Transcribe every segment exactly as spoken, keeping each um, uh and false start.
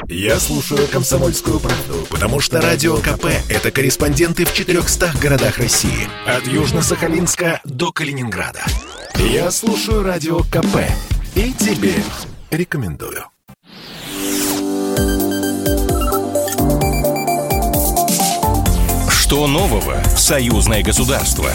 Я слушаю «Комсомольскую правду», потому что Радио КП – это корреспонденты в четырехстах городах России. От Южно-Сахалинска до Калининграда. Я слушаю Радио КП и тебе рекомендую. Что нового в союзное государство?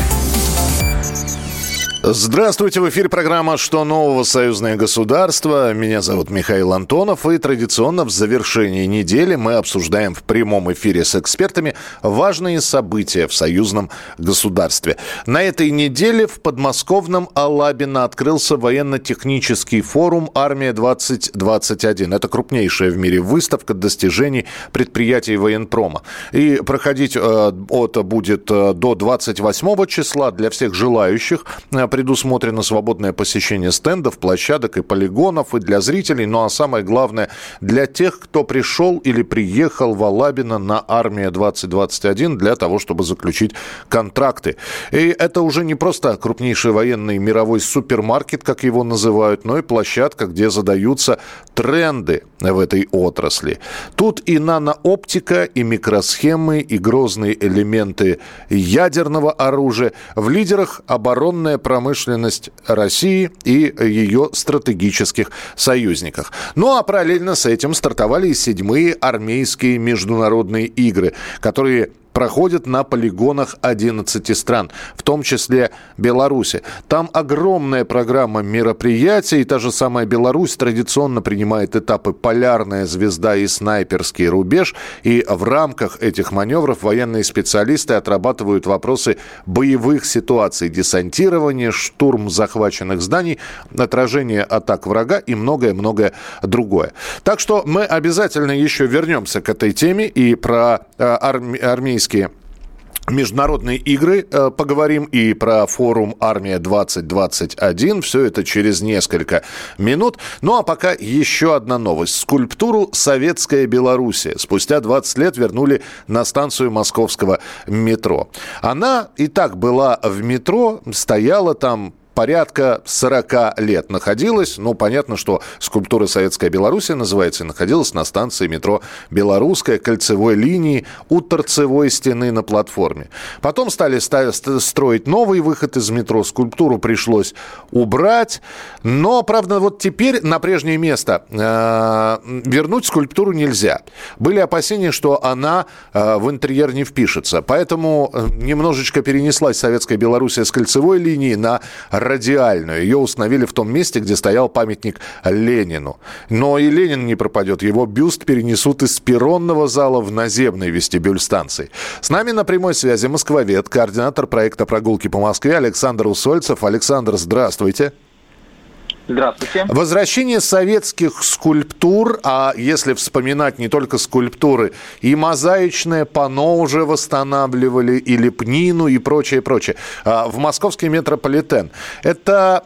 Здравствуйте, в эфире программа «Что нового? Союзное государство». Меня зовут Михаил Антонов, и традиционно в завершении недели мы обсуждаем в прямом эфире с экспертами важные события в союзном государстве. На этой неделе в подмосковном Алабино открылся военно-технический форум «Армия-двадцать двадцать один». Это крупнейшая в мире выставка достижений предприятий военпрома. И проходить э, это будет э, до двадцать восьмого числа для всех желающих. Предусмотрено свободное посещение стендов, площадок и полигонов и для зрителей, ну а самое главное, для тех, кто пришел или приехал в Алабино на «Армия-двадцать двадцать один» для того, чтобы заключить контракты. И это уже не просто крупнейший военный мировой супермаркет, как его называют, но и площадка, где задаются тренды в этой отрасли. Тут и нанооптика, и микросхемы, и грозные элементы ядерного оружия. В лидерах оборонная промышленность. промышленность России и ее стратегических союзниках. Ну а параллельно с этим стартовали и седьмые армейские международные игры, которые проходят на полигонах одиннадцати стран, в том числе Беларуси. Там огромная программа мероприятий, и та же самая Беларусь традиционно принимает этапы «Полярная звезда» и «Снайперский рубеж», и в рамках этих маневров военные специалисты отрабатывают вопросы боевых ситуаций, десантирования, штурм захваченных зданий, отражение атак врага и многое-многое другое. Так что мы обязательно еще вернемся к этой теме и про э, арми- армейские международные игры э, поговорим, и про форум «Армия-двадцать двадцать один». Все это через несколько минут. Ну а пока еще одна новость. Скульптуру «Советская Белоруссия» спустя двадцать лет вернули на станцию московского метро. Она и так была в метро, стояла там порядка сорока лет находилась. Ну, понятно, что скульптура «Советская Белоруссия» называется, и находилась на станции метро «Белорусская», кольцевой линии у торцевой стены на платформе. Потом стали строить новый выход из метро. Скульптуру пришлось убрать. Но, правда, вот теперь на прежнее место э, вернуть скульптуру нельзя. Были опасения, что она э, в интерьер не впишется. Поэтому немножечко перенеслась «Советская Белоруссия» с кольцевой линии на радиальную. Ее установили в том месте, где стоял памятник Ленину. Но и Ленин не пропадет. Его бюст перенесут из перронного зала в наземный вестибюль станции. С нами на прямой связи москвовед, координатор проекта «Прогулки по Москве» Александр Усольцев. Александр, здравствуйте. Здравствуйте. Возвращение советских скульптур, а если вспоминать не только скульптуры, и мозаичное панно уже восстанавливали, и лепнину, и прочее, прочее, в московский метрополитен. Это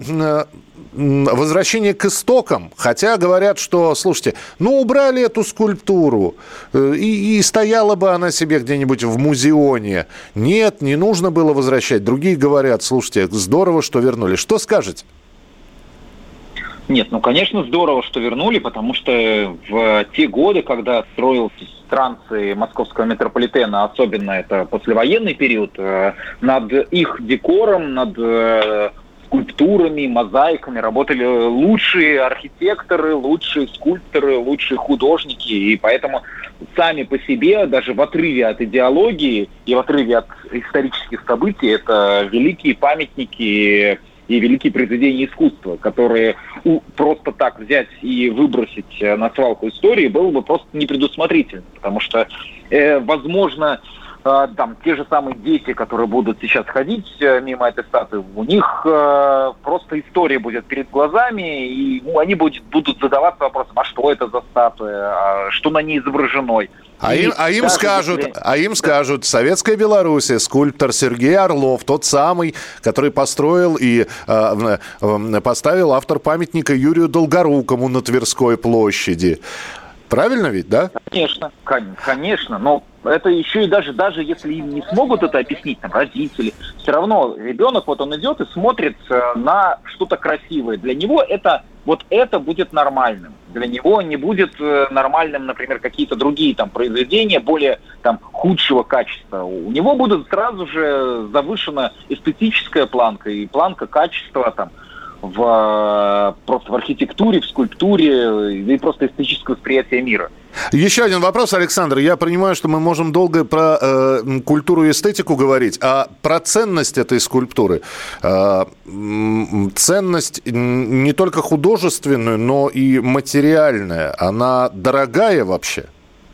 возвращение к истокам, хотя говорят, что, слушайте, ну, убрали эту скульптуру, и, и стояла бы она себе где-нибудь в музеоне. Нет, не нужно было возвращать. Другие говорят, слушайте, здорово, что вернули. Что скажете? Нет, ну, конечно, здорово, что вернули, потому что в те годы, когда строился станции московского метрополитена, особенно это послевоенный период, над их декором, над скульптурами, мозаиками работали лучшие архитекторы, лучшие скульпторы, лучшие художники, и поэтому сами по себе, даже в отрыве от идеологии и в отрыве от исторических событий, это великие памятники и великие произведения искусства, которые у, просто так взять и выбросить на свалку истории было бы просто непредусмотрительно, потому что, э, возможно, э, там те же самые дети, которые будут сейчас ходить э, мимо этой статуи, у них э, просто история будет перед глазами, и ну, они будут, будут задаваться вопросом, а что это за статуя, а что на ней изображено. А им, а, им скажут, если... а им скажут, Советская Белоруссия, скульптор Сергей Орлов, тот самый, который построил и э, э, поставил автор памятника Юрию Долгорукому на Тверской площади. Правильно ведь, да? Конечно, конечно, но это еще и даже, даже если им не смогут это объяснить, там, родители, все равно ребенок, вот он идет и смотрит на что-то красивое. Для него это вот это будет нормальным. Для него не будет нормальным, например, какие-то другие там произведения более там худшего качества. У него будет сразу же завышена эстетическая планка и планка качества там в, просто в архитектуре, в скульптуре и просто эстетическое восприятие мира. Еще один вопрос, Александр. Я понимаю, что мы можем долго про э, культуру и эстетику говорить, а про ценность этой скульптуры. Э, ценность не только художественную, но и материальная. Она дорогая вообще?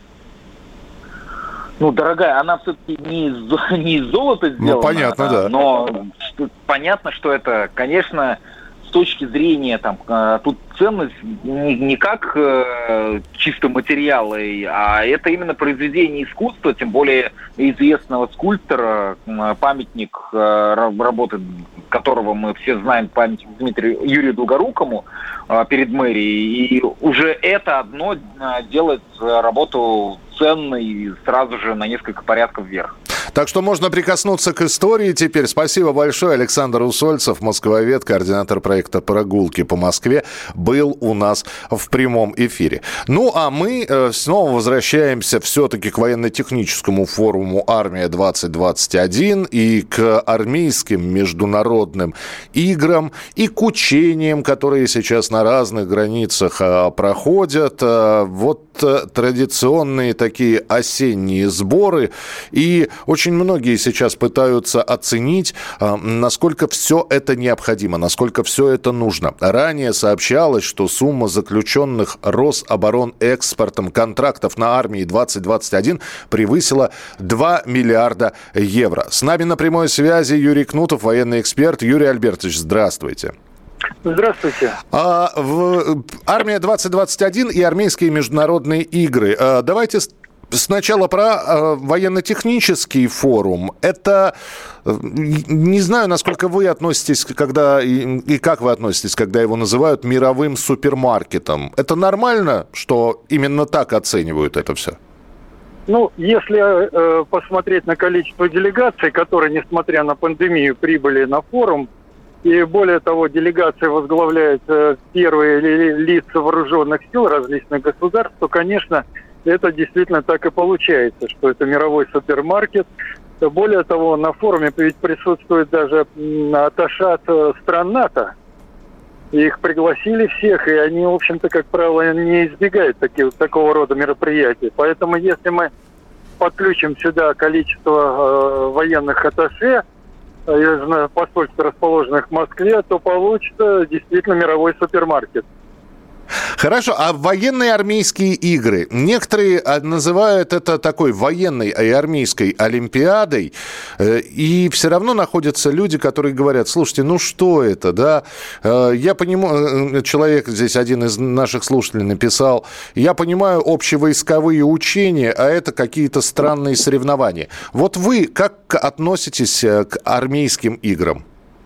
Ну, дорогая, она все-таки не из, не из золота сделана. Ну, понятно, да. Но понятно, что это, конечно, с точки зрения, там, тут ценность не, не как э, чисто материалы, а это именно произведение искусства, тем более известного скульптора, памятник э, работы которого мы все знаем, памятник Дмитрию Юрию Долгорукому э, перед мэрией, и уже это одно э, делает работу ценной сразу же на несколько порядков вверх. Так что можно прикоснуться к истории теперь. Спасибо большое. Александр Усольцев, москвовед, координатор проекта «Прогулки по Москве», был у нас в прямом эфире. Ну, а мы э, снова возвращаемся все-таки к военно-техническому форуму «Армия-двадцать двадцать один» и к армейским международным играм и к учениям, которые сейчас на разных границах э, проходят. Э, вот э, традиционные такие осенние сборы. И очень многие сейчас пытаются оценить, насколько все это необходимо, насколько все это нужно. Ранее сообщалось, что сумма заключенных Рособоронэкспортом контрактов на армии двадцать двадцать один превысила два миллиарда евро. С нами на прямой связи Юрий Кнутов, военный эксперт. Юрий Альбертович, здравствуйте. Здравствуйте. А, в, армия-двадцать двадцать один и армейские международные игры. А, давайте сначала про э, военно-технический форум. Это, э, не знаю, насколько вы относитесь, когда и, и как вы относитесь, когда его называют мировым супермаркетом. Это нормально, что именно так оценивают это все? Ну, если э, посмотреть на количество делегаций, которые, несмотря на пандемию, прибыли на форум, и более того, делегации возглавляют э, первые ли, лица вооруженных сил различных государств, то, конечно, это действительно так и получается, что это мировой супермаркет. Более того, на форуме ведь присутствует даже атташат стран НАТО. Их пригласили всех, и они, в общем-то, как правило, не избегают таких, такого рода мероприятий. Поэтому если мы подключим сюда количество э, военных атташе из посольств, расположенных в Москве, то получится действительно мировой супермаркет. Хорошо, а военные армейские игры? Некоторые называют это такой военной и армейской олимпиадой, и все равно находятся люди, которые говорят: слушайте, ну что это, да? Я понимаю, человек здесь, один из наших слушателей написал: я понимаю общевойсковые учения, а это какие-то странные соревнования. Вот вы как относитесь к армейским играм?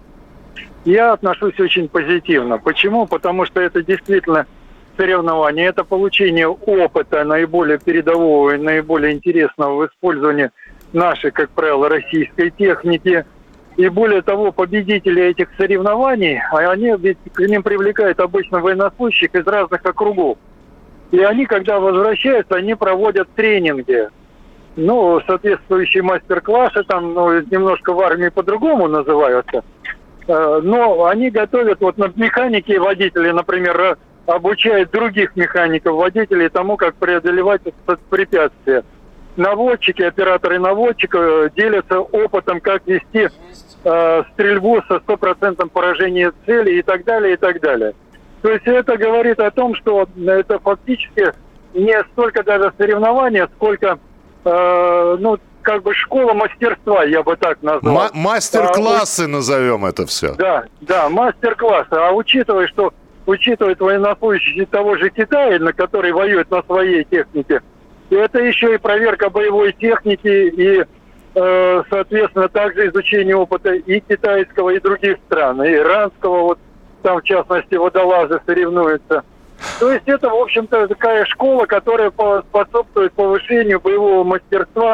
Я отношусь очень позитивно. Почему? Потому что это действительно соревнование, это получение опыта наиболее передового и наиболее интересного в использовании нашей, как правило, российской техники. И более того, победители этих соревнований, они ведь к ним привлекают обычно военнослужащих из разных округов. И они, когда возвращаются, они проводят тренинги. Ну, соответствующие мастер-классы, там, ну, немножко в армии по-другому называются. Но они готовят, вот на механике водителей, например, обучают других механиков-водителей тому, как преодолевать препятствия. Наводчики, операторы наводчика делятся опытом, как вести э, стрельбу со стопроцентным поражением цели и так далее, и так далее. То есть это говорит о том, что это фактически не столько даже соревнования, сколько, э, ну, как бы школа мастерства, я бы так назвал. М- мастер-классы а, назовем это все. Да, да, мастер-классы. А учитывая, что учитывая военнослужащие того же Китая, на который воюет на своей технике, это еще и проверка боевой техники и, э, соответственно, также изучение опыта и китайского, и других стран, и иранского, вот там, в частности, водолазы соревнуются. То есть это, в общем-то, такая школа, которая способствует повышению боевого мастерства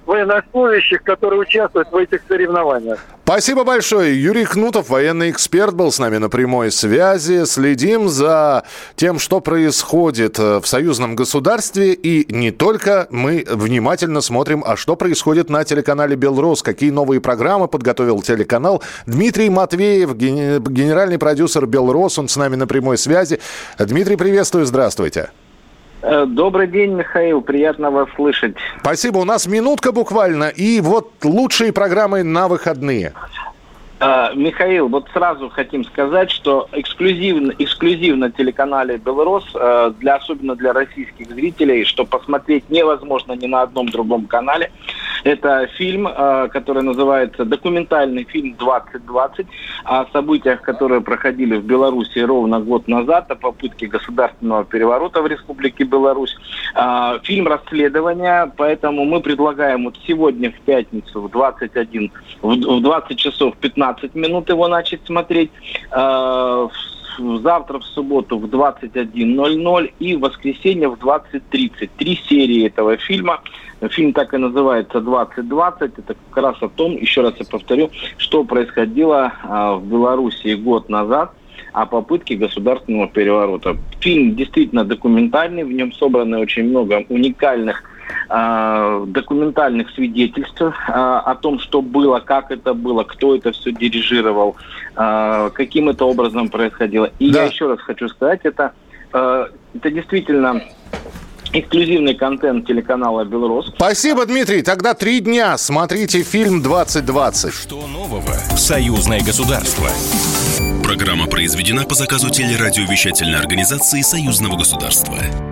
военнослужащих, которые участвуют в этих соревнованиях. Спасибо большое. Юрий Кнутов, военный эксперт, был с нами на прямой связи. Следим за тем, что происходит в союзном государстве. И не только. Мы внимательно смотрим, а что происходит на телеканале «Белрос». Какие новые программы подготовил телеканал. Дмитрий Матвеев, генеральный продюсер «Белрос». Он с нами на прямой связи. Дмитрий, приветствую. Здравствуйте. Добрый день, Михаил. Приятно вас слышать. Спасибо. У нас минутка буквально. И вот лучшие программы на выходные. Uh, Михаил, вот сразу хотим сказать, что эксклюзивно, эксклюзивно на телеканале «Белрос», uh, для, особенно для российских зрителей, что посмотреть невозможно ни на одном другом канале. Это фильм, uh, который называется «Документальный фильм двадцать двадцать», о событиях, которые проходили в Беларуси ровно год назад, о попытке государственного переворота в Республике Беларусь. Uh, фильм расследования, поэтому мы предлагаем вот сегодня в пятницу в двадцать один, в двадцать часов пятнадцать минут его начать смотреть, завтра в субботу в двадцать один ноль ноль и в воскресенье в двадцать тридцать. Три серии этого фильма. Фильм так и называется «двадцать двадцать». Это как раз о том, еще раз я повторю, что происходило в Белоруссии год назад, о попытке государственного переворота. Фильм действительно документальный, в нем собрано очень много уникальных э, документальных свидетельств э, о том, что было, как это было, кто это все дирижировал, э, каким это образом происходило. И да. Я еще раз хочу сказать, это, э, это действительно эксклюзивный контент телеканала «Белрос». Спасибо, Дмитрий. Тогда три дня смотрите фильм двадцать двадцать. Что нового в союзное государство? Программа произведена по заказу телерадиовещательной организации Союзного государства.